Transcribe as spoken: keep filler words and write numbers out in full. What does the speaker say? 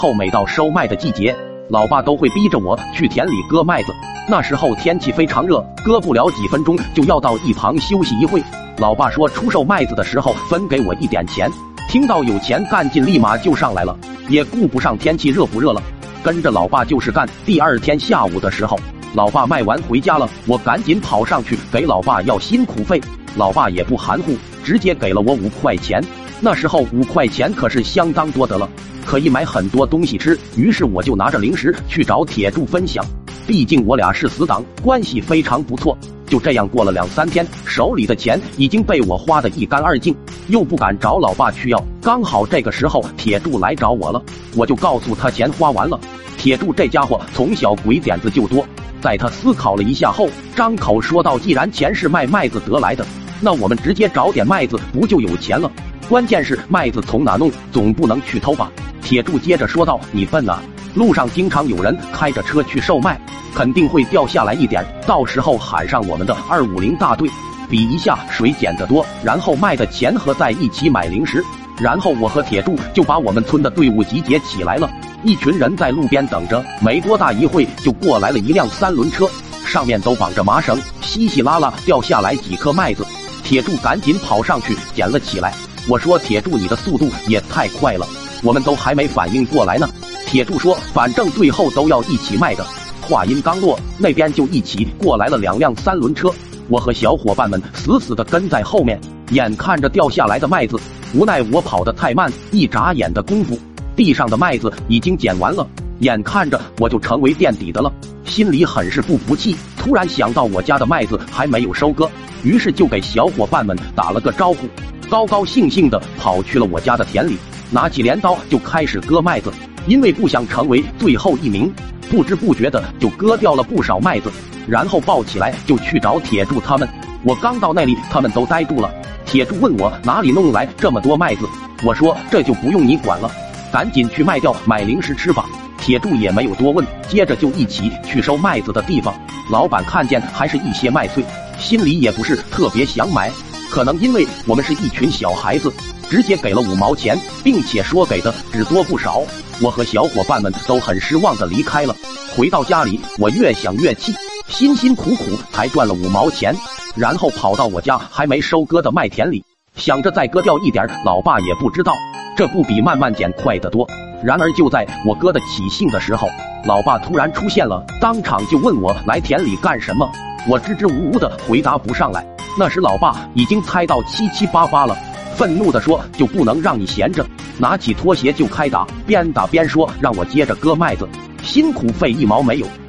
后每到收麦的季节，老爸都会逼着我去田里割麦子。那时候天气非常热，割不了几分钟就要到一旁休息一会。老爸说出售麦子的时候分给我一点钱，听到有钱干劲立马就上来了，也顾不上天气热不热了，跟着老爸就是干。第二天下午的时候，老爸卖完回家了，我赶紧跑上去给老爸要辛苦费。老爸也不含糊，直接给了我五块钱。那时候五块钱可是相当多的了，可以买很多东西吃。于是我就拿着零食去找铁柱分享，毕竟我俩是死党，关系非常不错。就这样过了两三天，手里的钱已经被我花得一干二净，又不敢找老爸去要。刚好这个时候铁柱来找我了，我就告诉他钱花完了。铁柱这家伙从小鬼点子就多，在他思考了一下后，张口说道：既然钱是卖麦子得来的，那我们直接找点麦子不就有钱了？关键是麦子从哪弄，总不能去偷吧？铁柱接着说道：你笨啊，路上经常有人开着车去售麦，肯定会掉下来一点，到时候喊上我们的二五零大队，比一下谁捡得多，然后卖的钱合在一起买零食。然后我和铁柱就把我们村的队伍集结起来了，一群人在路边等着，没多大一会就过来了一辆三轮车，上面都绑着麻绳，稀稀拉拉掉下来几颗麦子。铁柱赶紧跑上去捡了起来。我说：铁柱，你的速度也太快了，我们都还没反应过来呢。铁柱说：反正最后都要一起卖的。话音刚落，那边就一起过来了两辆三轮车，我和小伙伴们死死地跟在后面，眼看着掉下来的麦子，无奈我跑得太慢，一眨眼的功夫，地上的麦子已经捡完了，眼看着我就成为垫底的了，心里很是不服气。突然想到我家的麦子还没有收割，于是就给小伙伴们打了个招呼，高高兴兴地跑去了我家的田里，拿起镰刀就开始割麦子。因为不想成为最后一名，不知不觉的就割掉了不少麦子，然后抱起来就去找铁柱他们。我刚到那里，他们都呆住了。铁柱问我哪里弄来这么多麦子，我说这就不用你管了，赶紧去卖掉买零食吃吧。铁柱也没有多问，接着就一起去收麦子的地方。老板看见还是一些麦穗，心里也不是特别想买，可能因为我们是一群小孩子，直接给了五毛钱，并且说给的只多不少。我和小伙伴们都很失望的离开了。回到家里，我越想越气，辛辛苦苦才赚了五毛钱，然后跑到我家还没收割的麦田里，想着再割掉一点，老爸也不知道，这不比慢慢捡快得多。然而就在我割得起兴的时候，老爸突然出现了，当场就问我来田里干什么。我支支吾吾的回答不上来。那时老爸已经猜到七七八八了，愤怒地说：就不能让你闲着，拿起拖鞋就开打，边打边说让我接着割麦子，辛苦费一毛没有。